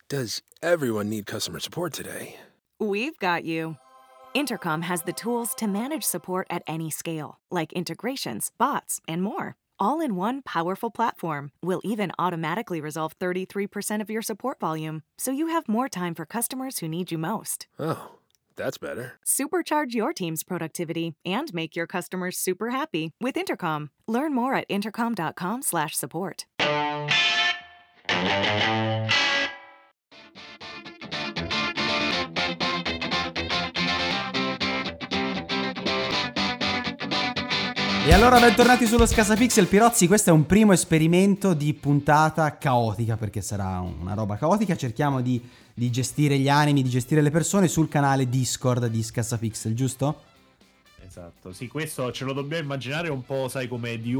Does everyone need customer support today? We've got you. Intercom has the tools to manage support at any scale, like integrations, bots, and more. All in one powerful platform. We'll even automatically resolve 33% of your support volume, so you have more time for customers who need you most. Oh, that's better. Supercharge your team's productivity and make your customers super happy with Intercom. Learn more at intercom.com/support. E allora bentornati sullo Scasapixel. Pirozzi, questo è un primo esperimento di puntata caotica, perché sarà una roba caotica. Cerchiamo di gestire gli animi, di gestire le persone sul canale Discord di Scasapixel, giusto? Esatto, sì, questo ce lo dobbiamo immaginare un po', sai, come di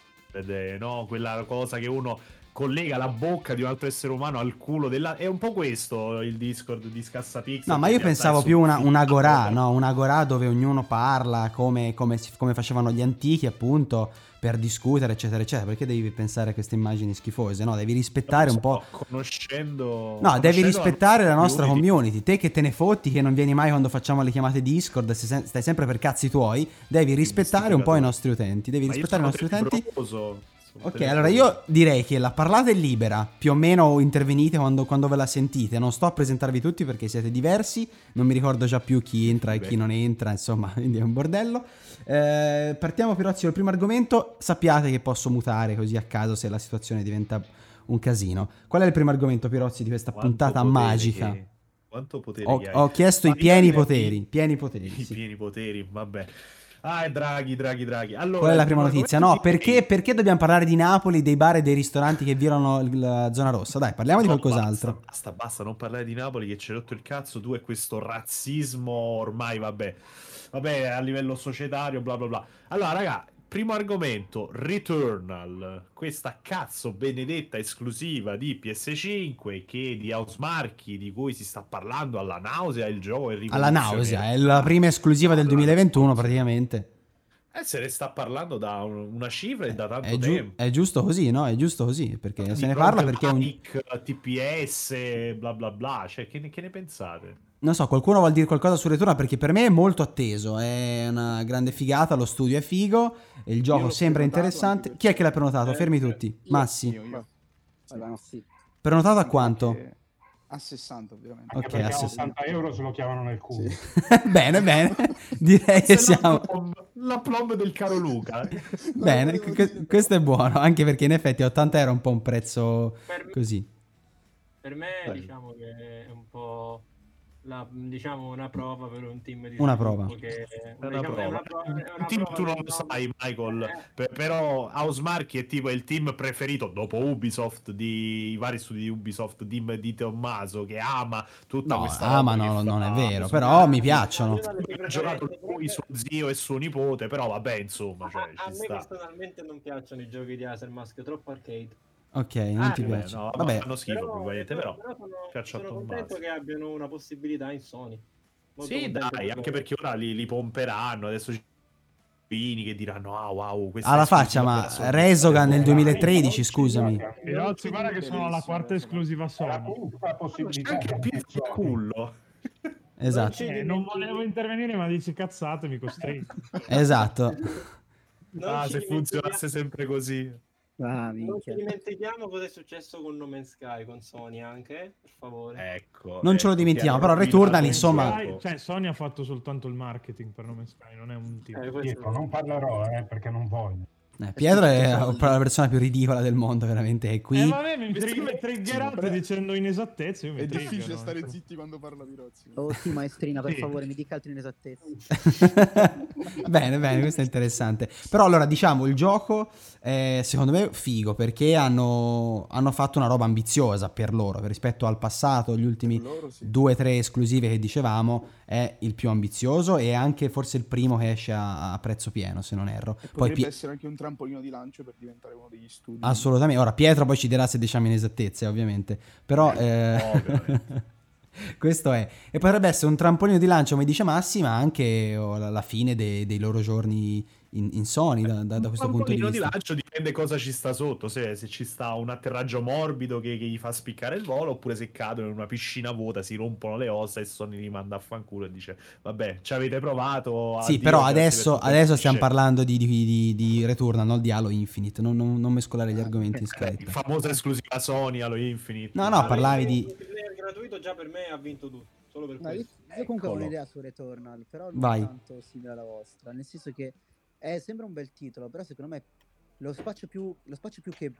no? Quella cosa che uno collega la bocca di un altro essere umano al culo della... È un po' questo il Discord di Scassapixel. No, ma io pensavo più un agorà, no? Un agorà dove ognuno parla come facevano gli antichi, appunto, per discutere, eccetera, eccetera. Perché devi pensare a queste immagini schifose, no? Devi rispettare un po'... Conoscendo... No, devi rispettare la nostra community. Te che te ne fotti, che non vieni mai quando facciamo le chiamate Discord, stai sempre per cazzi tuoi, devi rispettare un po' i nostri utenti. Devi rispettare i nostri utenti. Ok, allora io direi che la parlata è libera, più o meno intervenite quando ve la sentite. Non sto a presentarvi tutti perché siete diversi, non mi ricordo già più chi entra e chi non entra, insomma, quindi è un bordello. Partiamo Pirozzi col primo argomento. Sappiate che posso mutare così a caso se la situazione diventa un casino. Qual è il primo argomento, Pirozzi, di questa puntata magica? Quanto potere ho chiesto i pieni poteri. Pieni poteri, sì. Pieni poteri, vabbè. Draghi. Allora, qual è la prima notizia? No, perché dobbiamo parlare di Napoli, dei bar e dei ristoranti che violano la zona rossa? Dai, parliamo di qualcos'altro. Basta, non parlare di Napoli che ci hai rotto il cazzo. Tu e questo razzismo ormai, vabbè, a livello societario, bla bla bla. Allora, raga, primo argomento, Returnal, questa cazzo benedetta esclusiva di PS5 che di Housemarque, di cui si sta parlando alla nausea, il gioco è alla nausea, è la prima esclusiva del 2021 praticamente. Se ne sta parlando da una cifra e da tanto tempo. È giusto così, no? È giusto così, perché se ne parla perché è un TPS, bla bla bla, cioè che ne pensate? Non so, qualcuno vuol dire qualcosa su Returnal, perché per me è molto atteso, è una grande figata, lo studio è figo, e il gioco sembra interessante. Chi è che l'ha prenotato? Fermi tutti. Massi. Io. Sì. Prenotato a quanto? A 60 ovviamente. Ok, a 60 euro se lo chiamano nel culo. Sì. Bene, direi che siamo... La plomb del caro Luca. Bene, questo è buono, anche perché in effetti 80 euro è un po' un prezzo così. Per me diciamo che è un po'... una prova per un team di una prova. Un team tu non lo sai, Michael, però Housemarque è tipo il team preferito dopo Ubisoft, di i vari studi di Ubisoft, team di Tommaso che ama tutta questa non è vero, però mi piacciono. Ha giocato lui, suo zio e suo nipote, però vabbè, insomma, cioè, a me personalmente non piacciono i giochi di Housemarque, troppo arcade. Ok, non ti piace. No, vabbè, fanno schifo probabilmente, però sono contento che abbiano una possibilità in Sony. Sì, dai, anche perché ora li pomperanno, adesso che diranno wow, alla faccia, ma Resogan nel 2013, scusami. Pirozzi, guarda che sono la quarta esclusiva Sony. Anche più cullo. Esatto. Non volevo intervenire, ma dici cazzate, mi costringi. Esatto. Se funzionasse sempre così. Non ci dimentichiamo cosa è successo con No Man's Sky, con Sony anche, per favore. Ecco. Non ce lo dimentichiamo, però Returnal, insomma... Cioè, Sony ha fatto soltanto il marketing per No Man's Sky, non è un team. Pietro, non parlerò, perché non voglio. Pietro è la persona più ridicola del mondo, veramente, è qui. Vabbè, mi triggerate dicendo inesattezze. È difficile stare zitti quando parla Pirozzi. Oh sì, maestrina, per favore, mi dica altre inesattezze. Bene, questo è interessante. Però allora, diciamo, il gioco è, secondo me, figo, perché hanno fatto una roba ambiziosa per loro, rispetto al passato, gli ultimi 2-3 esclusive che dicevamo, è il più ambizioso e anche forse il primo che esce a prezzo pieno, se non erro. Potrebbe essere anche un trampolino di lancio per diventare uno degli studi. Assolutamente. Ora Pietro poi ci dirà se diciamo inesattezze, ovviamente. Però questo è. E potrebbe essere un trampolino di lancio, come dice Massi, ma anche la fine dei loro giorni in Sony da questo punto di di vista. lancio dipende cosa ci sta sotto, se ci sta un atterraggio morbido che gli fa spiccare il volo, oppure se cadono in una piscina vuota, si rompono le ossa e Sony li manda a fanculo e dice vabbè, ci avete provato. Sì, addio, però grazie per adesso tutto, stiamo finisce. parlando di Returnal, non di Halo Infinite, non mescolare gli argomenti in scaletta. Famosa esclusiva Sony Halo Infinite. No, parlavi di... Il gratuito già per me ha vinto tutto, solo per No, io questo. comunque ho Eccolo. un'idea su Returnal, però non Vai. tanto simile alla vostra, nel senso che sembra un bel titolo, però secondo me lo spaccio più che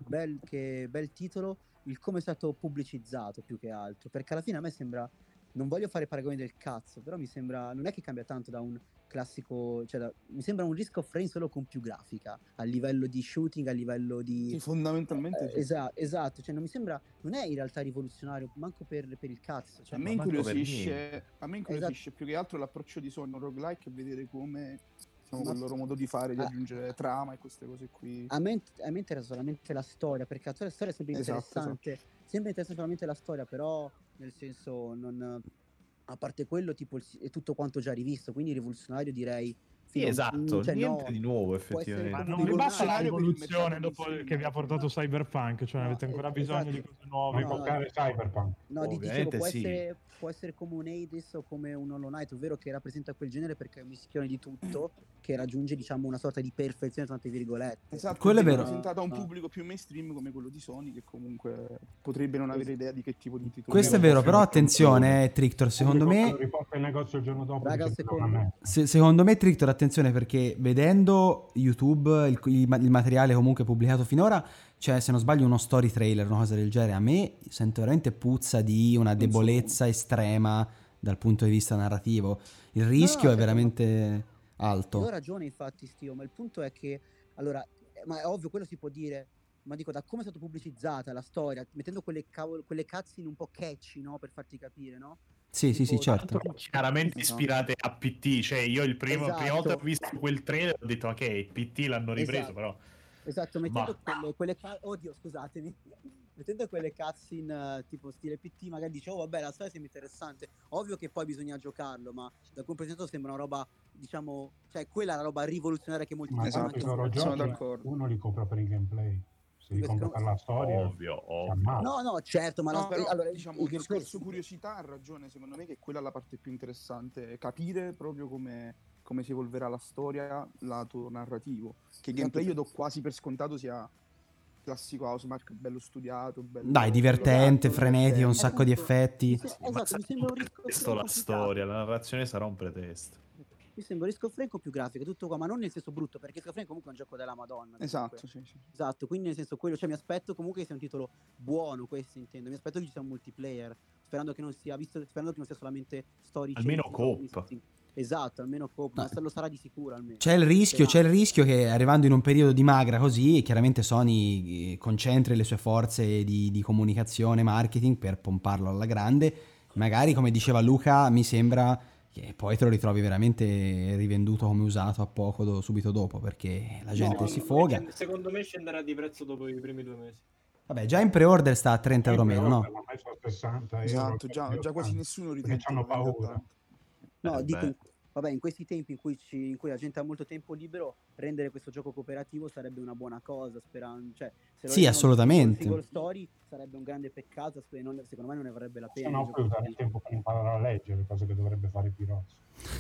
bel titolo, il come è stato pubblicizzato più che altro, perché alla fine a me sembra, non voglio fare paragoni del cazzo, però mi sembra, non è che cambia tanto da un classico, cioè mi sembra un Risk of Rain solo con più grafica, a livello di shooting, a livello di... Sì, fondamentalmente sì. Esatto, cioè non mi sembra, non è in realtà rivoluzionario, manco per il cazzo. Cioè, A me manco per incuriosisce più che altro l'approccio di Sony roguelike e vedere come diciamo, il loro modo di fare, di aggiungere trama e queste cose qui. A me interessa solamente la storia, perché la storia è sempre interessante, sempre interessante solamente la storia, però nel senso non... A parte quello, tipo è tutto quanto già rivisto, quindi rivoluzionario direi. Sì, esatto, cioè, niente no, di nuovo può essere effettivamente. Ma come non vi un basta la scenario per il rivoluzione mercato dopo mainstream, che vi ha portato Cyberpunk, cioè avete ancora bisogno di cose nuove. Vuoi toccare Cyberpunk? No, dicevo, Ovviamente può essere come un Hades o come un Hollow Knight, ovvero che rappresenta quel genere perché è un mischione di tutto che raggiunge, diciamo, una sorta di perfezione, tante virgolette. Esatto, Quello è vero. presentato a un pubblico più mainstream come quello di Sony, che comunque potrebbe non avere idea di che tipo di titolo. Questo è vero, però attenzione, Trictor, secondo me... Riporta il negozio il giorno dopo. Raga, dice, secondo "No, a me". Secondo me, Trictor, attenzione, perché vedendo YouTube, il materiale comunque pubblicato finora, c'è, se non sbaglio, uno story trailer, una cosa del genere. A me sento veramente puzza di una debolezza estrema dal punto di vista narrativo. Il rischio è certo, veramente Ho alto. ragione, infatti, Stio, ma il punto è che, allora, ma è ovvio, quello si può dire, ma dico, da come è stata pubblicizzata la storia, mettendo quelle cutscene un po' catchy, no, per farti capire, no? Sì, sì, sì, Tipo, certo. Chiaramente ispirate a PT, cioè io prima volta che ho Esatto. visto quel trailer ho detto ok, PT l'hanno ripreso, Esatto. però Esatto, mettendo oddio, scusatemi, mettendo quelle cutscene tipo stile PT, magari dicevo, vabbè, la storia sembra interessante, ovvio che poi bisogna giocarlo, ma da come presentato sembra una roba, diciamo, cioè quella è la roba rivoluzionaria che molti Ma dicono, tanti anche loro sono giochi d'accordo. uno li compra per il gameplay, se li compra per la storia ovvio. si ammazza. No, certo, ma No, però, allora, diciamo, il il discorso discorso- curiosità ha ragione, secondo me, che quella è la parte più interessante, capire proprio come si evolverà la storia, lato narrativo. Che il gameplay io do quasi per scontato sia classico Housemarque, bello studiato, bello... Dai, divertente, Esatto, frenetico, un divertente. sacco di effetti. Esatto, mi sembra un Risk of pretesto la Rain più storia, grafico. la narrazione sarà un pretesto. Mi sembra Risk of Rain con più grafica, tutto qua, ma non nel senso brutto, perché Risk of Rain comunque è un gioco della Madonna. Esatto, comunque. sì. Esatto, quindi nel senso quello, cioè mi aspetto comunque che sia un titolo buono, questo intendo, mi aspetto che ci sia un multiplayer, sperando che non sia solamente story. Almeno chain, coop. sì. Esatto, almeno coop, ma lo sarà di sicuro almeno. C'è il rischio che arrivando in un periodo di magra così, chiaramente Sony concentri le sue forze di comunicazione, marketing per pomparlo alla grande. Magari, come diceva Luca, mi sembra che poi te lo ritrovi veramente rivenduto come usato a poco subito dopo, perché la gente si foga. Secondo me scenderà di prezzo dopo i primi 2 mesi. Vabbè, già in pre-order sta a 30 euro meno, no? Ormai sono 60 Esatto, euro, già quasi nessuno ritiene perché hanno paura. No, dico, beh. vabbè, in questi tempi in cui la gente ha molto tempo libero, rendere questo gioco cooperativo sarebbe una buona cosa, sperando, cioè, se lo Sì, rendono assolutamente. single story sarebbe un grande peccato, secondo me non ne varrebbe la Se pena. no puoi usare il tempo per imparare a leggere, cosa che dovrebbe fare Pirozzo.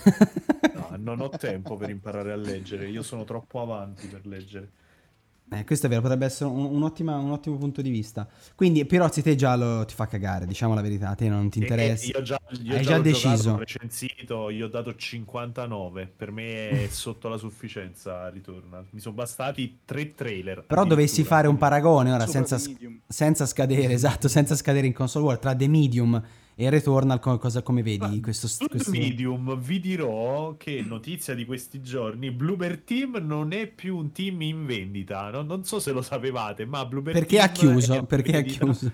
No, non ho tempo per imparare a leggere, io sono troppo avanti per leggere. Questo è vero, potrebbe essere un ottimo punto di vista. Quindi Pirozzi te già ti fa cagare, diciamo la verità, a te non ti interessa. Io già Hai già l'ho deciso. giocato, l'ho recensito, io ho dato 59, per me è sotto la sufficienza Returnal. Mi sono bastati 3 trailer. Però dovessi addirittura. fare un paragone ora Sopra senza The Medium. senza scadere, esatto, senza scadere in console war tra The Medium e Returnal, come vedi questo Sul Medium vi dirò che notizia di questi giorni, Bloober Team non è più un team in vendita, non so se lo sapevate, ma Bloober Perché Team ha chiuso? è in Perché ha vendita. chiuso?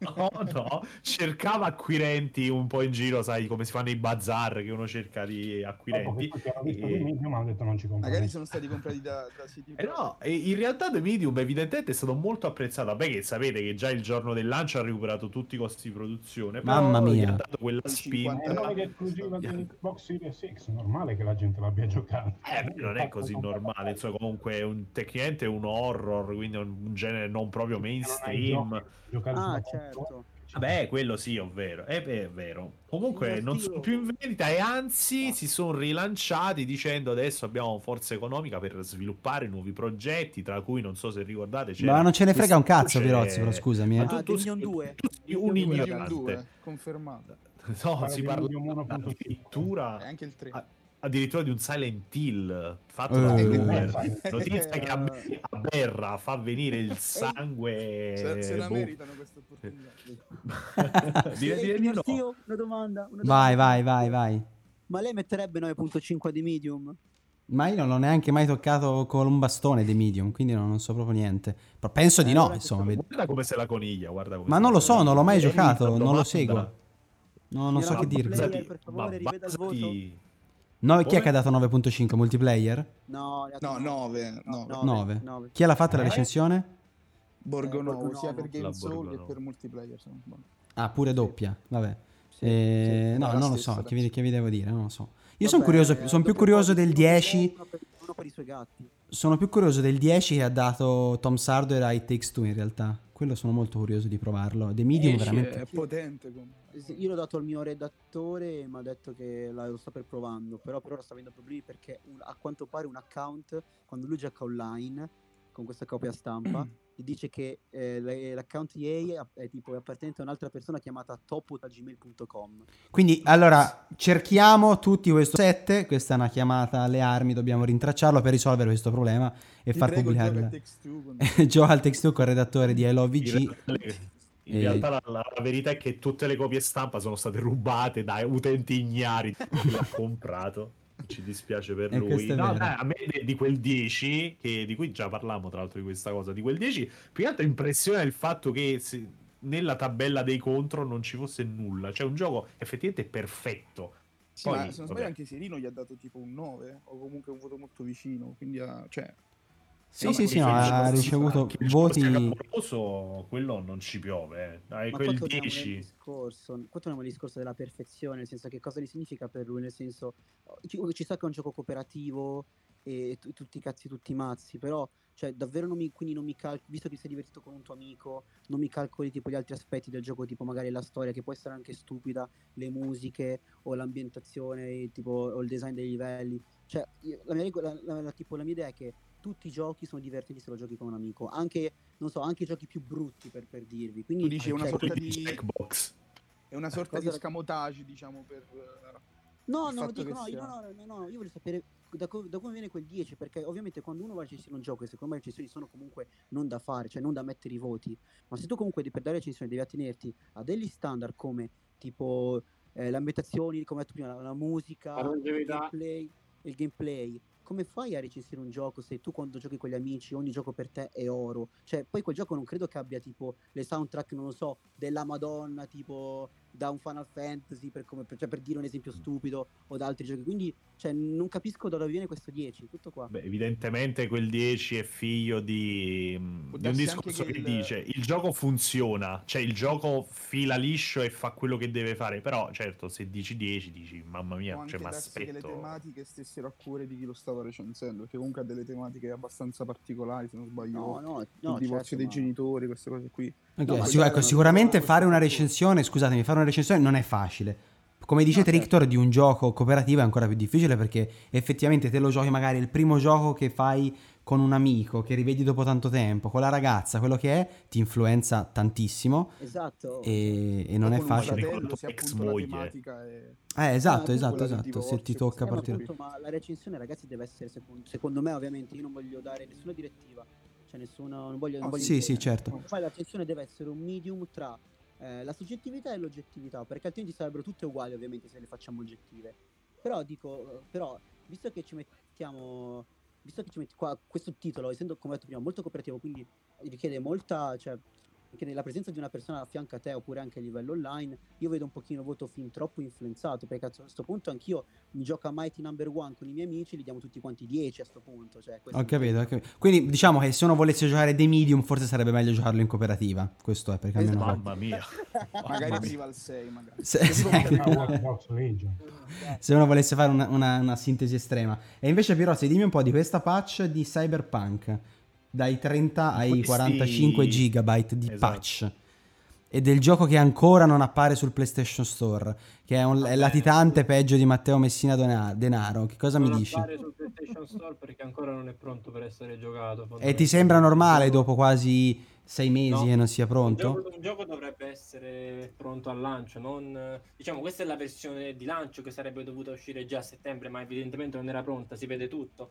No, cercava acquirenti un po' in giro, sai come si fanno i bazar, che uno cerca di acquirenti. Dopo che hanno visto The Medium hanno detto non ci compro. Magari sono stati comprati da siti... No, in realtà The Medium evidentemente è stato molto apprezzato. Vabbè, che sapete che già il giorno del lancio ha recuperato tutti i costi di produzione. Però Mamma mia. gli mia. ha dato quella spinta. È che è esclusiva di Xbox Series X, normale che la gente l'abbia giocato. Non è così normale, insomma, comunque è tecnicamente è un horror, quindi è un genere non proprio mainstream. Certo. Vabbè, quello sì, ovvero. È vero. Comunque non sono più in vendita e anzi si sono rilanciati dicendo adesso abbiamo forza economica per sviluppare nuovi progetti, tra cui non so se ricordate c'era Ma non ce ne frega un cazzo, c'è- Pirozzi, però scusami. Ma The Minion 2. tu sei un Minion ignorante. 2, confermato. No, si di parla Medium 1.5. addirittura E anche il 3. addirittura di un Silent Hill fatto da Bloober. Notizia che a me aberra, fa venire il sangue. Se la boh. meritano questa opportunità. Direi di no. Io, una domanda. Vai. Ma lei metterebbe 9.5 di Medium? Ma io non l'ho neanche mai toccato con un bastone dei Medium, quindi non so proprio niente. Però penso di no, insomma. Guarda come se la coniglia, guarda come Ma se non la lo so, coniglia. non l'ho mai È giocato, una non lo domanda. seguo. No, non so che dirvi. Player, per favore, riveda il voto. No, chi è che ha dato 9.5? Multiplayer? No, No, 9. 9. Chi l'ha fatta la recensione? Borgonovo, sia per La Game Soul che Borgonovo. per multiplayer. se non sbaglio. Ah, pure doppia, vabbè. Sì, No, la non lo stessa, so, che vi devo dire, non lo so. Io Vabbè, sono curioso, sono più dopo curioso un po' del di 10. uno per i suoi gatti. Sono più curioso del 10 che ha dato Tom Sawyer a It Takes Two in realtà. Quello sono molto curioso di provarlo. The Medium veramente. È potente comunque. Io l'ho dato al mio redattore e mi ha detto che lo sta per provando, però per ora sta avendo problemi perché a quanto pare un account, quando lui gioca online con questa copia stampa, gli dice che l'account EA è tipo è appartenente a un'altra persona chiamata topo@gmail.com. Quindi allora cerchiamo tutti questo 7. Questa è una chiamata alle armi, dobbiamo rintracciarlo per risolvere questo problema e Ti far prego, pubblicare. gioca a Takes Two con- Gioca al Takes Two con il redattore di I Love VG. In realtà la verità è che tutte le copie stampa sono state rubate da utenti ignari che l'ha comprato. Ci dispiace per E lui. questo è No, vero. dai, a me di quel 10, di cui già parlammo tra l'altro di questa cosa, di quel 10, più che altro impressiona il fatto che nella tabella dei contro non ci fosse nulla. Cioè un gioco effettivamente perfetto. Sì, Poi, ma se non sbaglio vabbè. anche Serino gli ha dato tipo un 9 o comunque un voto molto vicino, quindi cioè Sì, no, ha ricevuto Che il gioco sia voti. clamoroso, quello non ci piove. Dai, Ma quel qua torniamo 10. qua torniamo al discorso della perfezione, nel senso che cosa gli significa per lui, nel senso ci sa che è un gioco cooperativo e tutti i cazzi tutti i mazzi, però cioè davvero quindi non mi calcoli, visto che sei divertito con un tuo amico, non mi calcoli tipo gli altri aspetti del gioco, tipo magari la storia che può essere anche stupida, le musiche o l'ambientazione, tipo o il design dei livelli. Cioè la mia la mia idea è che tutti i giochi sono divertenti se lo giochi con un amico, anche non so, anche i giochi più brutti per dirvi. Quindi tu dici una sorta di Checkbox. è una sorta di Cosa- escamotage, diciamo, per No, il non lo fatto dico, che no, sia- no, io voglio sapere da come viene quel 10, perché ovviamente quando uno va a recensire un gioco, e secondo me le recensioni sono comunque non da fare, cioè non da mettere i voti, ma se tu comunque per dare recensioni devi attenerti a degli standard come tipo le ambientazioni, come ho detto prima, la musica, La longevità. il gameplay, come fai a recensire un gioco se tu quando giochi con gli amici ogni gioco per te è oro? Cioè poi quel gioco non credo che abbia tipo le soundtrack, non lo so, della Madonna, tipo da un Final Fantasy cioè, per dire un esempio stupido, o da altri giochi, quindi cioè non capisco da dove viene questo 10, tutto qua. Beh, evidentemente quel 10 è figlio di un darsi discorso anche che che dice il gioco funziona, cioè il gioco fila liscio e fa quello che deve fare, però certo se dici 10 dici mamma mia, può anche cioè mi darsi che le aspetto. tematiche stessero a cuore di chi lo stava recensendo, perché comunque ha delle tematiche abbastanza particolari, se non sbaglio. No, Il divorzio certo, dei ma- genitori, queste cose qui. Ok, No, ma sì, già ecco, erano sicuramente tutte fare una queste recensione, scusatemi, fare una recensione non è facile. Come dice No, certo. Trictor, di un gioco cooperativo è ancora più difficile perché effettivamente te lo giochi magari il primo gioco che fai con un amico, che rivedi dopo tanto tempo, con la ragazza, quello che è, ti influenza tantissimo Esatto. e non O è con un facile. Con la fratello, tua se ex appunto la moglie. tematica è... Esatto, appunto esatto, quella del esatto, se ti divorzio, tocca queste Ma partire. cose appunto, ma la recensione, ragazzi, deve essere secondo me, ovviamente, io non voglio dare nessuna direttiva, cioè non voglio Sì, sì, imporre. certo. Poi la recensione deve essere un medium tra la soggettività e l'oggettività, perché altrimenti sarebbero tutte uguali, ovviamente, se le facciamo oggettive. Però dico, visto che ci metti qua questo titolo, essendo come ho detto prima molto cooperativo, quindi richiede molta, cioè perché nella presenza di una persona a fianco a te oppure anche a livello online io vedo un pochino il voto fin troppo influenzato, perché a questo punto anch'io mi gioco a Mighty Number One con i miei amici, li diamo tutti quanti 10 a sto punto, cioè, questo Ho capito. Quindi diciamo che se uno volesse giocare The Medium forse sarebbe meglio giocarlo in cooperativa, questo è perché almeno... Mamma mia. Magari arriva al 6 magari. Se uno volesse fare una sintesi estrema. E invece Pirozzi, dimmi un po' di questa patch di Cyberpunk, dai 30 ai 45 gigabyte di patch, e del gioco che ancora non appare sul PlayStation Store, che è latitante peggio di Matteo Messina Denaro. Che cosa mi dici? Non appare sul PlayStation Store perché ancora non è pronto per essere giocato. E ti sembra normale dopo quasi 6 mesi che non sia pronto? Un gioco dovrebbe essere pronto al lancio, non diciamo questa è la versione di lancio che sarebbe dovuta uscire già a settembre, ma evidentemente non era pronta, si vede tutto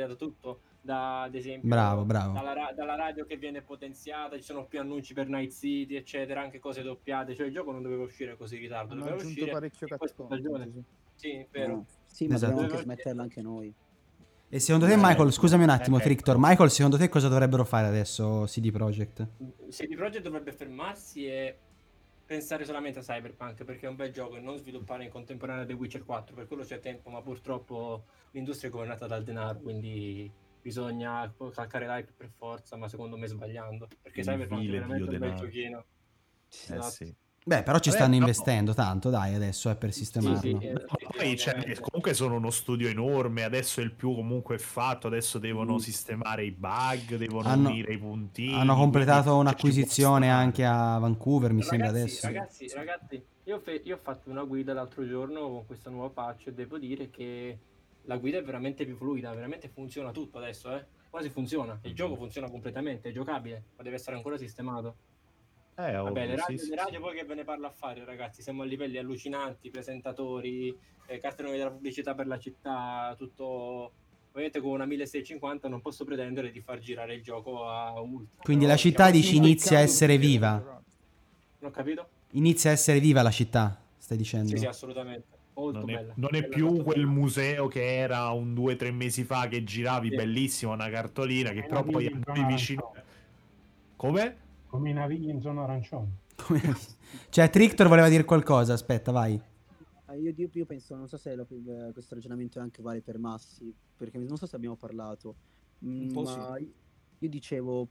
ad esempio bravo. dalla radio che viene potenziata, ci sono più annunci per Night City eccetera, anche cose doppiate, cioè il gioco non doveva uscire così in ritardo, doveva uscire parecchio in questa stagione. Sì, vero. Sì, ma Esatto. dobbiamo anche smetterla anche noi. E secondo te, Michael, scusami un attimo, Trictor, Michael, secondo te cosa dovrebbero fare adesso CD Projekt? CD Projekt dovrebbe fermarsi e pensare solamente a Cyberpunk, perché è un bel gioco, e non sviluppare in contemporanea The Witcher 4, per quello c'è tempo, ma purtroppo l'industria è governata dal denaro, quindi bisogna calcare l'hype per forza, ma secondo me sbagliando, perché Cyberpunk è veramente un bel giochino. Esatto. Sì. Beh, però ci stanno investendo tanto, dai, adesso è per sistemarlo. Poi comunque sono uno studio enorme, adesso il più comunque è fatto, adesso devono sistemare i bug, devono unire i puntini. Hanno completato un'acquisizione anche a Vancouver, mi sembra adesso. Ragazzi, io ho fatto una guida l'altro giorno con questa nuova patch e devo dire che la guida è veramente più fluida, veramente funziona tutto adesso, quasi funziona. Il gioco funziona completamente, è giocabile, ma deve essere ancora sistemato. Vabbè, le radio poi che ve ne parlo a fare, ragazzi, siamo a livelli allucinanti, presentatori, cartelloni della pubblicità per la città, tutto ovviamente con una 1650 non posso pretendere di far girare il gioco a ultra. Quindi la città dici inizia a essere viva. Non ho capito? Inizia a essere viva la città, stai dicendo? Sì, assolutamente. Non è più quel museo che era un 2-3 mesi fa che giravi, bellissimo, una cartolina che però poi andavi vicino. Come? Come i navigli in zona arancione. Cioè, Trictor voleva dire qualcosa, aspetta, vai. Io penso, non so se questo ragionamento anche vale per Massi, perché non so se abbiamo parlato, ma sì. Io dicevo...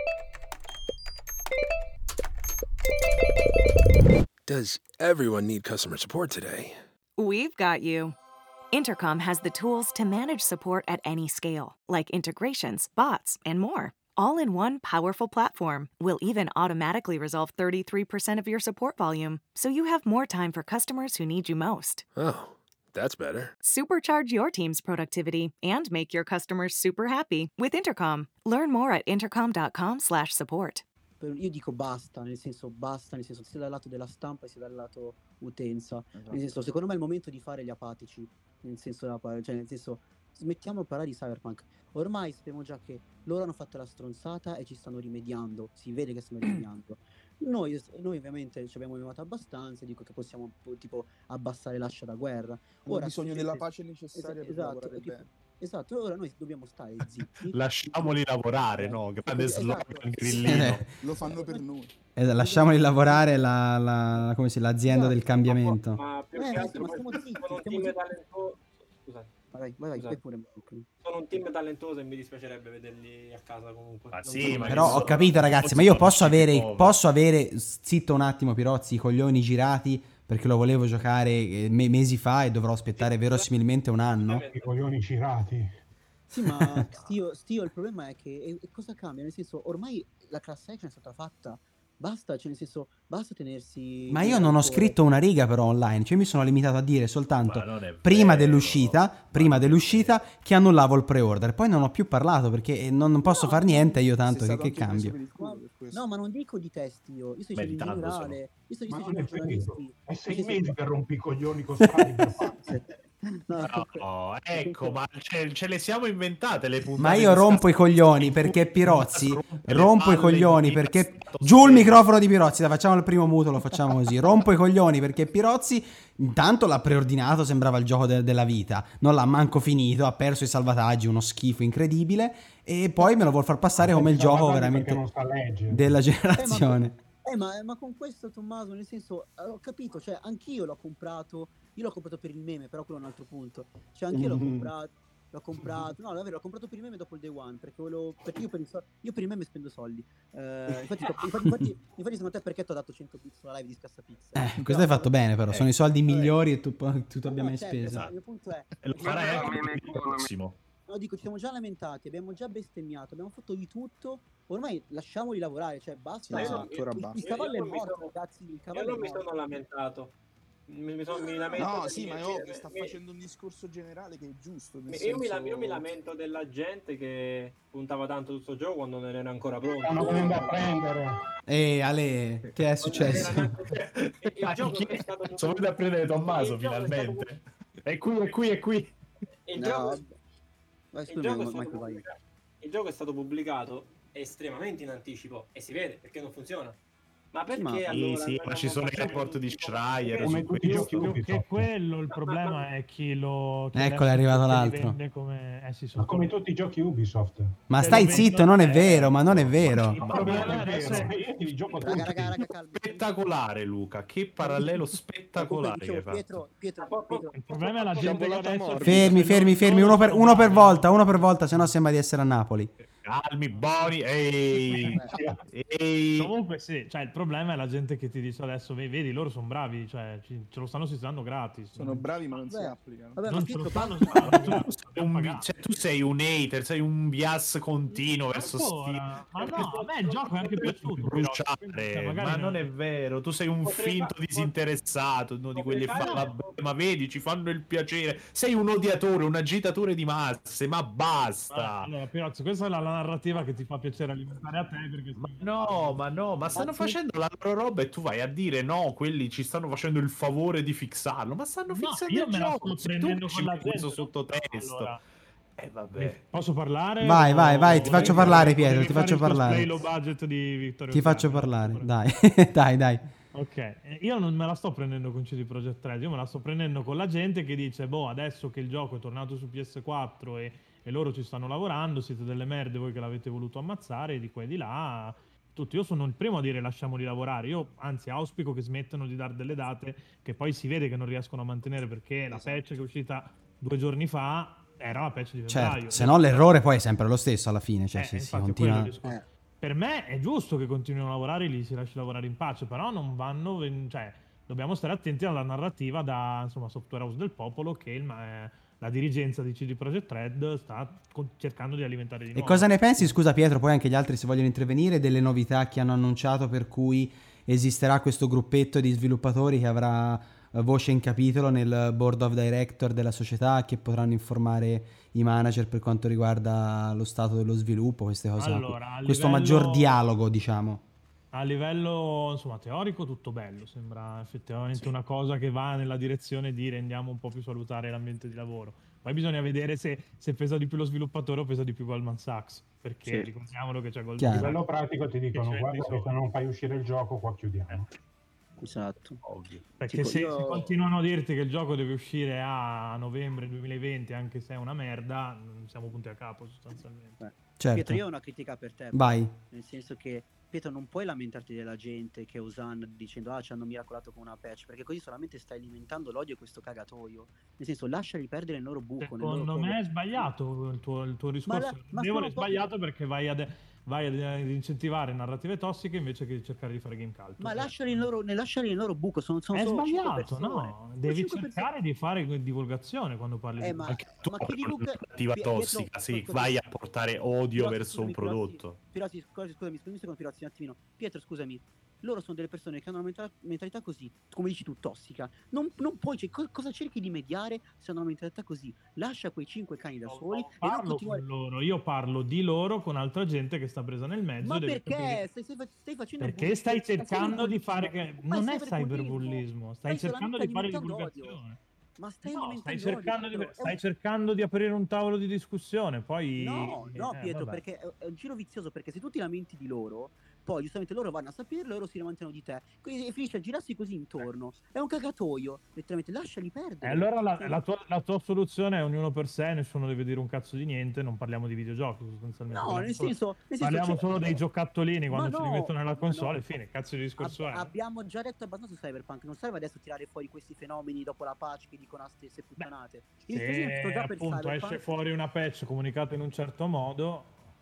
Does everyone need customer support today? We've got you. Intercom has the tools to manage support at any scale, like integrations, bots, and more. All in one powerful platform. We'll even automatically resolve 33% of your support volume, so you have more time for customers who need you most. Oh, that's better. Supercharge your team's productivity and make your customers super happy with Intercom. Learn more at intercom.com/support. Io dico basta, nel senso sia dal lato della stampa sia dal lato utenza. Esatto. Nel senso, secondo me è il momento di fare gli apatici, nel senso smettiamo di parlare di Cyberpunk. Ormai sappiamo già che loro hanno fatto la stronzata e ci stanno rimediando, si vede che stanno rimediando. Noi ovviamente ci abbiamo aiutato abbastanza, dico che possiamo tipo abbassare l'ascia da guerra. Ora bisogno della pace necessaria per lavorare bene. Esatto, ora noi dobbiamo stare zitti. Lasciamoli lavorare, no? Grande slogan grillino. Lo fanno per noi. Lasciamoli lavorare l'azienda del cambiamento. Ma più che altro stiamo zitti, sono un team talentoso. Scusate. Vai, pure. Sono un team talentoso e mi dispiacerebbe vederli a casa comunque. Però ho capito, ragazzi, ma io posso avere zitto un attimo, Pirozzi, i coglioni girati perché lo volevo giocare mesi fa e dovrò aspettare verosimilmente un anno. I coglioni girati. Sì, ma Stio, il problema è che cosa cambia? Nel senso, ormai la class action è stata fatta. Basta, cioè nel senso, basta tenersi... Ma io non ho scritto una riga però online, cioè mi sono limitato a dire soltanto prima dell'uscita che annullavo il pre-order, poi non ho più parlato perché non posso far niente io tanto che cambio. No, ma non dico di testi io sto dicendo in generale. Io sto dicendo ai giornalisti. È 6 mesi che rompi i coglioni con ecco, ma ce le siamo inventate le puntate. Ma io rompo i coglioni perché Pirozzi, rompo i coglioni perché Giù il microfono di Pirozzi, facciamo il primo muto, lo facciamo così. Rompo i coglioni perché Pirozzi intanto l'ha preordinato, sembrava il gioco della vita, non l'ha manco finito, ha perso i salvataggi, uno schifo incredibile, e poi me lo vuol far passare come il gioco veramente della generazione. Ma con questo, Tommaso, nel senso, ho capito, cioè anch'io l'ho comprato per il meme, però quello è un altro punto. Cioè anch'io l'ho comprato, no, davvero, l'ho comprato per il meme dopo il day one, perché io per il meme spendo soldi. Infatti secondo te perché ti ho dato 100 bits sulla live di Scassapizza? Questo hai fatto bene, però sono i soldi migliori e tu abbia mai speso. Il punto è, lo farai anche il prossimo. No, dico, ci siamo già lamentati, abbiamo già bestemmiato, abbiamo fatto di tutto, ormai lasciamoli lavorare, cioè basta. Il cavallo è morto, ragazzi, il cavallo io non mi sono lamentato. Mi lamento no, sì, ma è ovvio, sta facendo un discorso generale che è giusto. Io mi lamento della gente che puntava tanto su questo gioco quando non era ancora pronto. Stanno venendo a prendere. Ale, che è successo? Il gioco è stato sono venuto a prendere Tommaso finalmente. È qui. Il gioco è stato pubblicato estremamente in anticipo e si vede perché non funziona. Ma perché allora? Sì, ma ci sono i report di Schreier come tutti i giochi Ubisoft. Quello il problema è chi lo eccolo, è arrivato l'altro. Come, ma come tutti i giochi Ubisoft. Ma stai zitto, non è vero, ma non è vero. Spettacolare, Luca, che parallelo spettacolare che hai fatto. Pietro. Il problema è la gente che adesso Fermi, uno per volta, sennò sembra di essere a Napoli. Calmi, Boni, ehi. Comunque sì, cioè il problema è la gente che ti dice adesso, vedi, loro sono bravi, cioè ce lo stanno sistemando gratis. Sono bravi ma non si applicano. Vabbè, non ce lo stanno tu sei un hater, sei un bias continuo verso Steam. Ma no, a me il gioco è anche piaciuto. Bruciare, ma non è vero, tu sei un finto disinteressato, uno di quelli che fa vabbè, ma vedi, ci fanno il piacere. Sei un odiatore, un agitatore di masse, ma basta. Allora, Pirozzi, questa è la narrativa che ti fa piacere alimentare a te perché ma stanno facendo la loro roba e tu vai a dire no, quelli ci stanno facendo il favore di fissarlo, ma stanno fissando il gioco, sto prendendo con la gente sottotesto. Allora, vabbè. posso parlare? Vai, ti faccio parlare, Pietro, ti faccio parlare. Low budget di Vittorio ti faccio parlare, dai. Ok, io non me la sto prendendo con CD Projekt Red, io me la sto prendendo con la gente che dice adesso che il gioco è tornato su PS4 e loro ci stanno lavorando, siete delle merde voi che l'avete voluto ammazzare di qua e di là, tutti. Io sono il primo a dire lasciamoli lavorare, io anzi auspico che smettano di dare delle date che poi si vede che non riescono a mantenere, perché la patch che è uscita 2 giorni fa era la patch di febbraio. Certo, se no l'errore poi è sempre lo stesso alla fine, cioè si continua. Per me è giusto che continuino a lavorare, li si lasci lavorare in pace, però non vanno, cioè dobbiamo stare attenti alla narrativa da Software House del Popolo che la dirigenza di CD Projekt Red sta cercando di alimentare di nuovo. E cosa ne pensi, scusa Pietro, poi anche gli altri se vogliono intervenire, delle novità che hanno annunciato per cui esisterà questo gruppetto di sviluppatori che avrà voce in capitolo nel board of director della società, che potranno informare i manager per quanto riguarda lo stato dello sviluppo, queste cose. Allora, questo maggior dialogo, diciamo. A livello teorico tutto bello, sembra effettivamente una cosa che va nella direzione di rendiamo un po' più salutare l'ambiente di lavoro. Poi bisogna vedere se pesa di più lo sviluppatore o pesa di più Goldman Sachs, perché ricordiamolo che c'è Goldman Sachs. A livello pratico ti dicono guarda che se non fai uscire il gioco qua chiudiamo. Esatto. Ovvio. Perché se continuano a dirti che il gioco deve uscire a novembre 2020 anche se è una merda, siamo punti a capo sostanzialmente. Certo. Pietro, io ho una critica per te. Vai. Nel senso che Pietro, non puoi lamentarti della gente che usa dicendo ci hanno miracolato con una patch, perché così solamente stai alimentando l'odio a questo cagatoio. Nel senso, lasciali perdere il loro buco. Secondo me è sbagliato il tuo discorso. È sbagliato perché vai ad incentivare narrative tossiche invece che cercare di fare game culture. Ma lasciali il loro buco. Sono è sbagliato, no? Devi cercare di fare divulgazione quando parli di ma che narrativa tossica, vai a portare odio verso un prodotto. Pirozzi, scusami un Pirozzi, un attimino. Pietro, scusami. Loro sono delle persone che hanno una mentalità così, come dici tu, tossica. Non puoi, cosa cerchi di mediare se hanno una mentalità così? Lascia quei 5 cani da soli e non continuare. Loro. Io parlo di loro con altra gente che sta presa nel mezzo. Ma perché? Stai facendo perché stai cercando di fare che non è cyberbullismo, stai cercando di fare divulgazione. Ma stai cercando di aprire un tavolo di discussione, poi no Pietro, perché è un giro vizioso, perché se tu ti lamenti di loro poi giustamente loro vanno a saperlo e loro si lamentano di te. Quindi finisce a girarsi così intorno. È un cagatoio, letteralmente, lasciali perdere. E allora la tua soluzione è ognuno per sé, nessuno deve dire un cazzo di niente, non parliamo di videogiochi sostanzialmente. No, nel senso parliamo cioè, solo dei giocattolini quando ce li no, mettono nella console, no. fine, cazzo di discorso è. Abbiamo già detto abbastanza su Cyberpunk, non serve adesso tirare fuori questi fenomeni dopo la patch che dicono a stesse puttanate. Il casino è tutto già per appunto Cyberpunk. esce fuori una patch comunicata in un certo modo.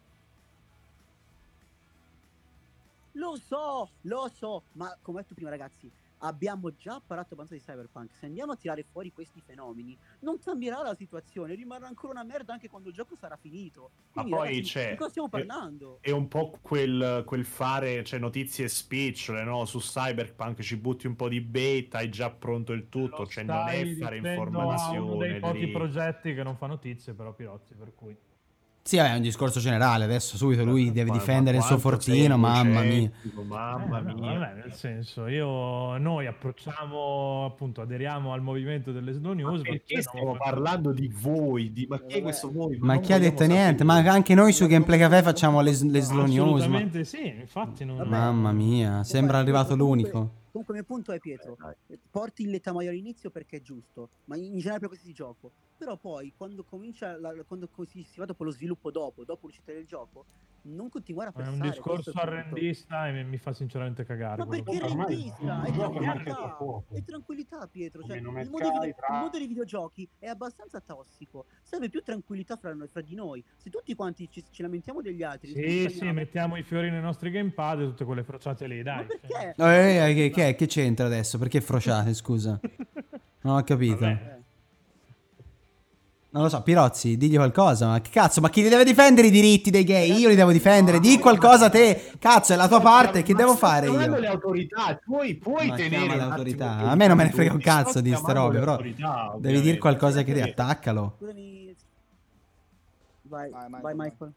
Lo so, ma come ho detto prima ragazzi, abbiamo già parlato abbastanza di Cyberpunk. Se andiamo a tirare fuori questi fenomeni, non cambierà la situazione, rimarrà ancora una merda anche quando il gioco sarà finito. Quindi, ma poi ragazzi, c'è, di cosa stiamo parlando? È un po' quel fare, cioè, notizie spicciole, no? Su Cyberpunk ci butti un po' di bait, hai già pronto il tutto, cioè non è fare informazione. Uno dei pochi lì. progetti che non fa notizie, però Pirozzi, per cui... Sì, è un discorso generale. Adesso subito lui deve difendere il suo fortino, mamma mia. Mamma mia. Vabbè, nel senso, noi aderiamo al movimento delle slow news. Perché stiamo parlando di voi? Ma chi è questo voi? Ma chi ha detto niente? Ma anche noi su Gameplay Café facciamo le slow news. Assolutamente sì, infatti non... Mamma mia, sembra arrivato l'unico. Comunque il mio punto è, Pietro, porti il letamaio all'inizio perché è giusto, ma in generale per qualsiasi gioco. Però poi quando comincia quando si va dopo lo sviluppo dopo l'uscita del gioco, non continuare a È pressare. un discorso arrendista e mi fa sinceramente cagare. Ma perché arrendista? È tranquillità, Pietro. Cioè, il mondo dei videogiochi è abbastanza tossico. Serve più tranquillità fra di noi. Se tutti quanti ci lamentiamo degli altri, sì, mettiamo i fiori nei nostri gamepad e tutte quelle frociate lì, dai. Ma perché? Che c'entra adesso? Perché frociate, scusa? Non ho capito. Vabbè. Non lo so, Pirozzi, digli qualcosa. Ma che cazzo, ma chi li deve difendere i diritti dei gay? Io li devo difendere. Di qualcosa te. Cazzo, è la tua parte. Che devo fare io? Le autorità, puoi tenere l'autorità. A me non me ne frega un cazzo di ste robe, però devi dire qualcosa che ti attaccalo. Scusami. Vai Michael.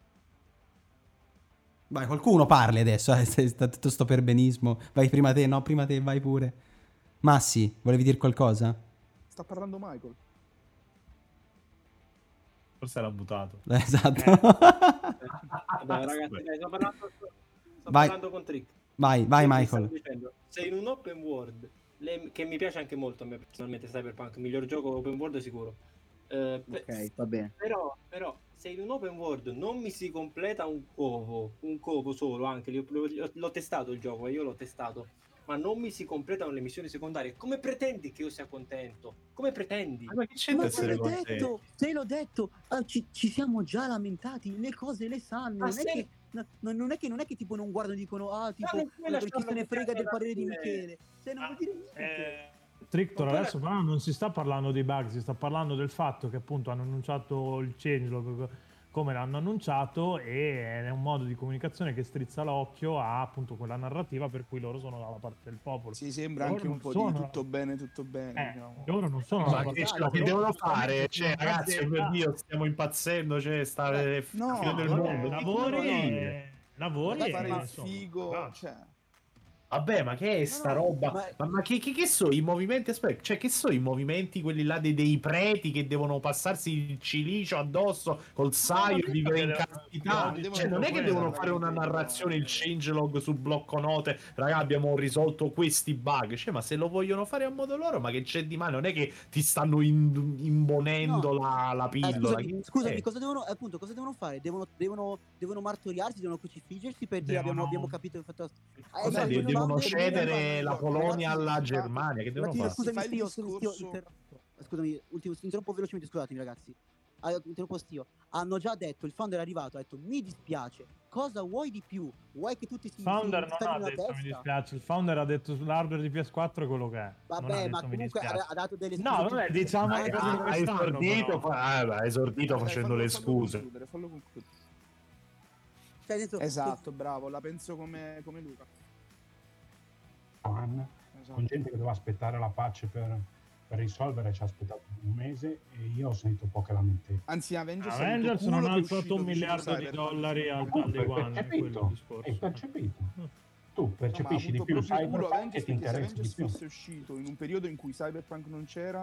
Vai, qualcuno parli adesso. Tutto sto perbenismo. Vai prima te, no, prima te, vai pure. Massi, volevi dire qualcosa? Sta parlando Michael. Forse era buttato. Esatto. Vabbè, ragazzi, sto parlando con Trick. Vai Michael. Sei in un open world che mi piace anche molto a me personalmente. Cyberpunk, miglior gioco open world sicuro. Ok, va bene. Però se in un open world non mi si completa un covo solo, anche l'ho testato il gioco, io l'ho testato, ma non mi si completano le missioni secondarie, come pretendi che io sia contento? Come pretendi? Ma che c'entra essere contento? Te l'ho detto, ci siamo già lamentati, le cose le sanno, non è che tipo non guardano e dicono chi se ne frega del parere di Michele, cioè non vuol dire niente. Trictor adesso però non si sta parlando di bug, si sta parlando del fatto che appunto hanno annunciato il changelog come l'hanno annunciato, e è un modo di comunicazione che strizza l'occhio a appunto quella narrativa per cui loro sono dalla parte del popolo. Sì, sembra loro anche un po' di tutto bene, diciamo. Loro non sono ma che devono fare? Cioè, ragazzi, oh mio Dio, stiamo impazzendo, cioè lavori fare il figo, cioè. Vabbè, ma che è sta roba? Ma che sono i movimenti? Aspetta, cioè, che sono i movimenti quelli là dei preti che devono passarsi il cilicio addosso col saio e vivere in castità? Cioè, non è che devono fare una narrazione, il changelog su blocco note, raga, abbiamo risolto questi bug. Cioè, ma se lo vogliono fare a modo loro, ma che c'è di male? Non è che ti stanno imbonendo la pillola. Scusami, cosa devono fare? Devono martoriarsi, devono crocifiggersi per dire abbiamo capito il fatto. Devono cedere la Polonia alla Germania. Che devono fare? Scusami, scusami, interrompo velocemente, scusatemi ragazzi. Interrompo Stio. Hanno già detto, il founder è arrivato, ha detto mi dispiace, cosa vuoi di più? Vuoi che tutti si founder non ha detto mi dispiace, il founder ha detto sull'hardware di PS4 è quello che è. Vabbè, ma comunque ha dato delle scuse. No, vabbè, diciamo che ha esordito facendo le scuse. Fallo concludere. Cioè, esatto, bravo, la penso come Luca. Con gente che doveva aspettare la patch per risolvere, ci ha aspettato un mese e io ho sentito poche lamentele. Anzi, Avengers non ha alzato $1 miliardo al day one, quello discorso. Percepito. Tu percepisci di più Cyberpunk e ti interessa di più. Se fosse uscito in un periodo in cui Cyberpunk non c'era,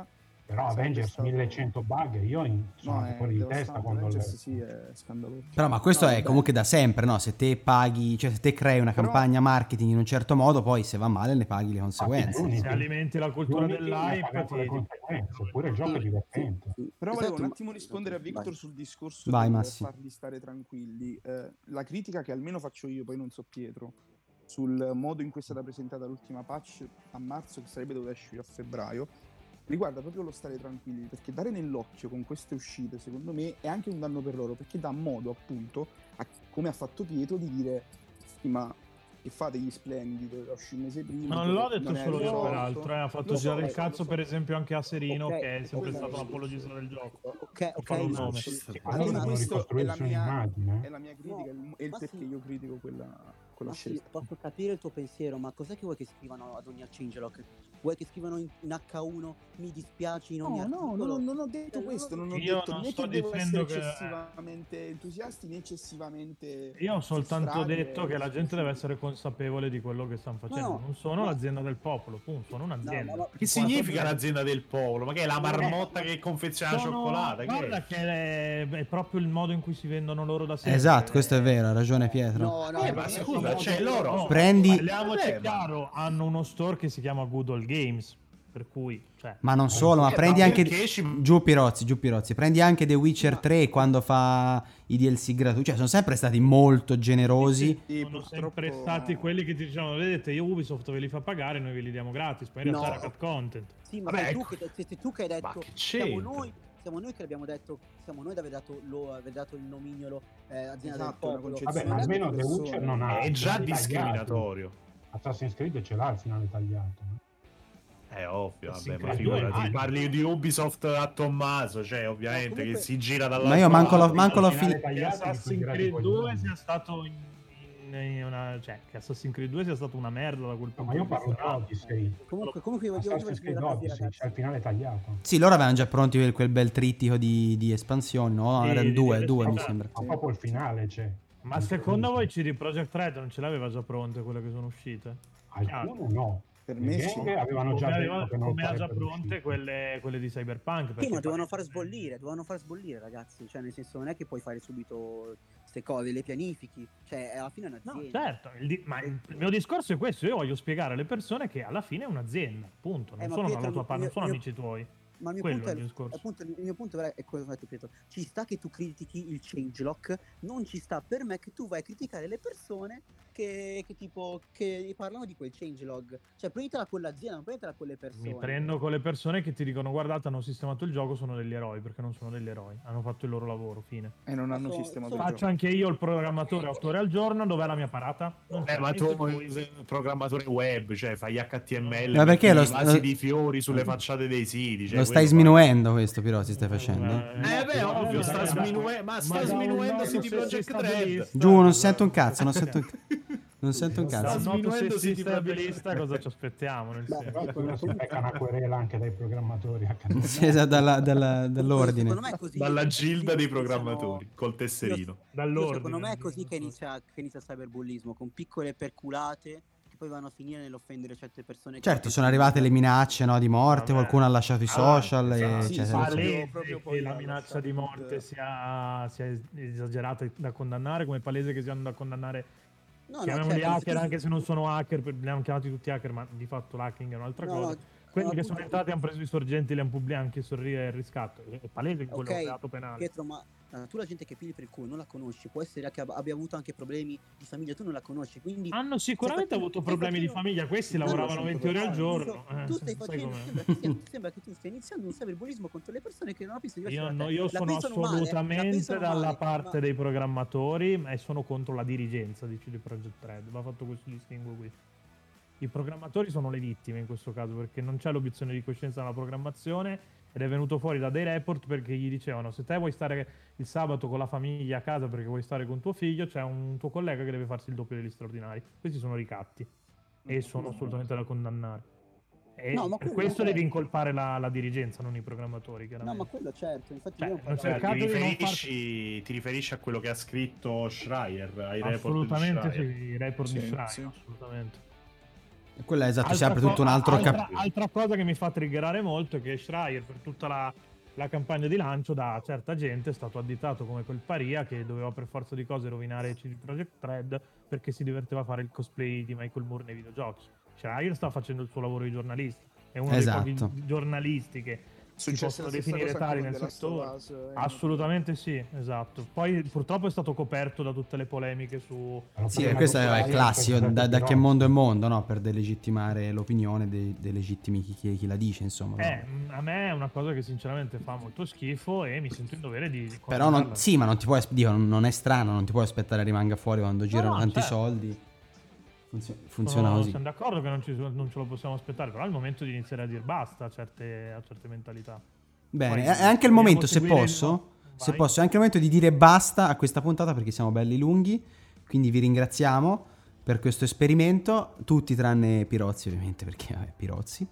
Però Avengers stato... 1100 bug, io sono andato fuori di testa quando Avengers sì, è scandaloso. Però ma questo è comunque da sempre, no? Se te paghi, cioè se te crei una campagna marketing in un certo modo, poi se va male ne paghi le conseguenze. Se alimenti la cultura dell'hype, le conseguenze, oppure il gioco è divertente. Però volevo un attimo rispondere a Victor sul discorso Vai, di Massi. farli stare tranquilli. La critica che almeno faccio io, poi non so Pietro, sul modo in cui è stata presentata l'ultima patch a marzo, che sarebbe dovuta uscire a febbraio, riguarda proprio lo stare tranquilli, perché dare nell'occhio con queste uscite secondo me è anche un danno per loro, perché dà modo appunto come ha fatto Pietro di dire sì, ma che fate gli splendidi, doveva uscire un mese prima. Non l'ho detto non è solo io, risolto. peraltro, ha fatto Lo so, girare il lo so, cazzo lo so. per esempio anche a Serino, Ok, che è sempre ok, stato un sì, apologista del gioco. Ok, fare un nome. Allora devono Questo è ricostruirsi un'immagine. è la mia critica, No, è il ma perché sì. io critico quella Ma sì, scelta. posso capire il tuo pensiero, ma cos'è che vuoi che scrivano ad ogni changelog? Vuoi che scrivano in H1 mi dispiace in ogni No, articolo? non ho detto questo, non ho Io detto non né sto che devo dicendo essere che- eccessivamente entusiasti né eccessivamente Io ho soltanto frustrati detto e che la gente deve essere consapevole di quello che stanno facendo. No, non sono ma- l'azienda del popolo, punto, sono un'azienda. No, Che significa l'azienda del popolo? Ma che è la marmotta ma che confeziona la cioccolata? Che Guarda è? che è proprio il modo in cui si vendono loro da sempre. Esatto, questo è vero, ha ragione Pietro. No, ma non è scusa, così. cioè loro... No, Prendi- parliamoci ma- chiaro, hanno uno store che si chiama Good Old Games, per cui, cioè, Ma non solo, ma prendi ma anche perché giù Pirozzi, prendi anche The Witcher 3 quando fa i DLC gratuiti, cioè sono sempre stati molto generosi. Sì, sono sempre purtroppo- stati quelli che ti dicevano, vedete, io Ubisoft ve li fa pagare, noi ve li diamo gratis, poi in realtà No. era cut content. Sì, ma Vabbè, sei tu ecco. sei tu che hai Ma detto che siamo c'entra? noi che abbiamo detto, siamo noi ad aver dato il nomignolo azienda Esatto, del una popolo. concezione. Vabbè, ma Sono almeno The persone. Witcher non ha È il già finale discriminatorio. tagliato. Assassin's Creed ce l'ha il finale tagliato. È ovvio, vabbè, ma Assassin's Creed figurati, due, parli di Ubisoft a Tommaso, cioè ovviamente comunque- che si gira dall'altro Ma io manco lato. l'ho finale finito. Che tagliato di Assassin's quei Creed gradi 2 coglioni. sia stato in una, cioè, che Assassin's Creed 2 sia stato una merda da quel No, punto ma di io parlo di vista. Odyssey. Comunque io voglio Assassin's dire Creed una cosa, Odyssey, ragazzi. c'è il finale tagliato. Sì, loro avevano già pronti quel bel trittico di espansioni, no? Sì, Erano di due DLC, mi sì. sembra. Ma proprio il finale c'è. Ma secondo voi CD Projekt Red non ce l'aveva già pronte quelle che sono uscite? Alcune no. Per Le me gang sì. avevano già detto che non come ha già sarebbero pronte uscite. quelle di Cyberpunk? Sì, perché ma dovevano far sbollire, ragazzi. Cioè, nel senso, non è che puoi fare subito queste cose, le pianifichi. Cioè, alla fine è No, un'azienda. certo, ma il mio discorso è questo, io voglio spiegare alle persone che alla fine è un'azienda, punto, non ma sono Pietro, dalla tua parte, non sono io- amici tuoi. Ma il mio Quello punto è il discorso. appunto, il mio punto è quello che ho detto, Pietro. Ci sta che tu critichi il changelog, non ci sta per me che tu vai a criticare le persone che parlano di quel changelog. Cioè, prenditela a quell'azienda, non prenditela a quelle persone. Mi prendo con le persone che ti dicono guardate hanno sistemato il gioco, sono degli eroi, perché non sono degli eroi, hanno fatto il loro lavoro, fine. E non hanno Sono- sistemato il sono- Faccio gioco. anche io il programmatore 8 ore al giorno, dov'è la mia parata? Non c'è, Ma tu niente voi. il programmatore web, cioè fai HTML, Ma perché metti lo- vasi lo- di fiori sulle facciate dei siti, cioè Lo stai quello sminuendo questo, Pirozzi, stai facendo? beh, ovvio, sta sminuendo, ma sta sminuendo CD Projekt Red. Giù, non sento un cazzo, non sento un Da cazzo. un noto sminuendo sessista CD Projekt stabilista cosa ci aspettiamo? Nel senso? Però quello si becca una querela anche dai programmatori. Sì, esatto, dall'ordine. Secondo me è così. Dalla gilda dei Iniziano- programmatori, col tesserino. Dall'ordine. Secondo me è così che inizia il cyberbullismo, con piccole perculate che poi vanno a finire nell'offendere certe persone. Certo, sono arrivate le minacce, no, di morte, Vabbè. qualcuno ha lasciato i social, esatto. Sì, eccetera, sì, eccetera. Palese proprio che poi la la minaccia di lasciata morte il- sia esagerata da condannare, come palese che siano da condannare. No, Chiamiamoli certo, hacker anche se non sono hacker, li abbiamo chiamati tutti hacker, ma di fatto l'hacking è un'altra cosa. Quelli che sono entrati hanno preso i sorgenti, li hanno anche il riscatto. È palese che quello è un reato penale. Pietro, ma tu la gente che pigli per il culo non la conosci, può essere che abbia avuto anche problemi di famiglia, tu non la conosci, quindi Hanno sicuramente stai avuto facendo- problemi di famiglia, questi No, lavoravano no, 20 ore al no, giorno. Tu stai sai facendo, com'è. sembra che tu stia iniziando un cyberbullismo contro le persone che non la pensano Io, diverso da te. io La sono pensano male, la assolutamente pensano dalla male, parte ma- dei programmatori e sono contro la dirigenza di CD Projekt Red. Va fatto questo distinguo qui. I programmatori sono le vittime in questo caso perché non c'è l'obiezione di coscienza nella programmazione ed è venuto fuori da dei report perché gli dicevano se te vuoi stare il sabato con la famiglia a casa perché vuoi stare con tuo figlio c'è un tuo collega che deve farsi il doppio degli straordinari. Questi sono ricatti e sono assolutamente da condannare. E No, ma per quello questo certo. devi incolpare la dirigenza, non i programmatori, No, chiaramente. ma quello certo, infatti Cioè, io ho non parlato- cercate di non Ti riferisci a quello che ha scritto Schreier, ai report di Assolutamente sì, Schreier? i report di Sì, Schreier, sì. assolutamente. Quello è esatto, si apre tutto un altro capitolo. Altra cosa che mi fa triggerare molto è che Schreier per tutta la campagna di lancio da certa gente è stato additato come quel paria che doveva per forza di cose rovinare CD Projekt Red perché si diverteva a fare il cosplay di Michael Moore nei videogiochi. Schreier sta facendo il suo lavoro di giornalista, è uno dei pochi giornalisti che si possono definire tali nel settore. Assolutamente sì, esatto. Poi purtroppo è stato coperto da tutte le polemiche su... Sì, questo è classico, da che mondo è mondo, no? Per delegittimare l'opinione dei legittimi chi la dice, insomma. A me è una cosa che sinceramente fa molto schifo e mi sento in dovere di... Però ma non ti puoi, non è strano, non ti puoi aspettare rimanga fuori quando girano tanti soldi. Funziona così. Siamo d'accordo che non ce lo possiamo aspettare, però è il momento di iniziare a dire basta a certe mentalità. Bene, è anche il momento, se posso, è anche il momento di dire basta a questa puntata perché siamo belli lunghi, quindi vi ringraziamo per questo esperimento, tutti tranne Pirozzi ovviamente, perché Pirozzi.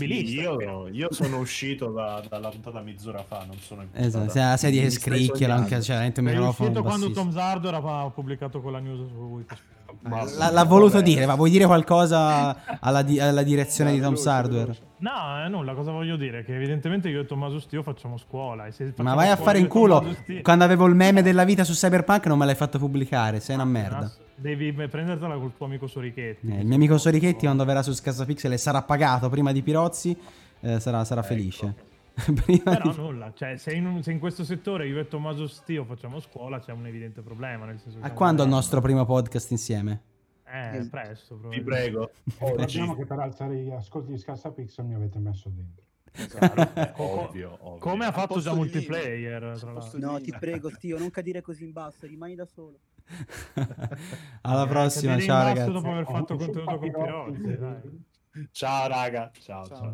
Io sono uscito dalla puntata mezz'ora fa, non sono in esatto, la sedia che scricchia, anche il microfono quando Tom Sardor ha pubblicato quella news su Wikipedia. L'ha voluto dire, ma vuoi dire qualcosa alla direzione di Tom Sardware? No, nulla, cosa voglio dire? Che evidentemente io e Tommaso Stio facciamo scuola. Ma vai a fare in culo, quando avevo il meme della vita su Cyberpunk non me l'hai fatto pubblicare, sei una merda. Devi prendertela col tuo amico Sorichetti. Il mio amico Sorichetti quando verrà su Scasapixel e sarà pagato prima di Pirozzi, sarà felice. Però nulla, cioè se in questo settore io e Tommaso Stio facciamo scuola c'è un evidente problema, nel senso che a quando il nostro primo podcast insieme? Presto, ti prego. Diciamo che per alzare gli ascolti di Scassapixel mi avete messo dentro. Ovvio. Come ha fatto già multiplayer, tra l'altro. No, ti prego Stio, non cadere così in basso, rimani da solo. Alla prossima, ciao ragazzi. Dopo aver fatto contenuto con Pirozzi, dai. Ciao raga, ciao.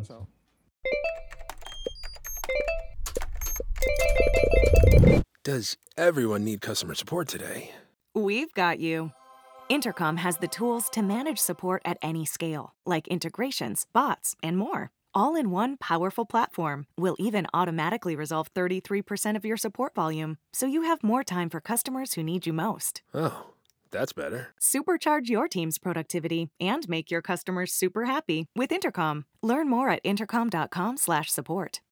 Does everyone need customer support today? We've got you. Intercom has the tools to manage support at any scale, like integrations, bots, and more. All in one powerful platform. We'll even automatically resolve 33% of your support volume, so you have more time for customers who need you most. Oh, that's better. Supercharge your team's productivity and make your customers super happy with Intercom. Learn more at intercom.com/support.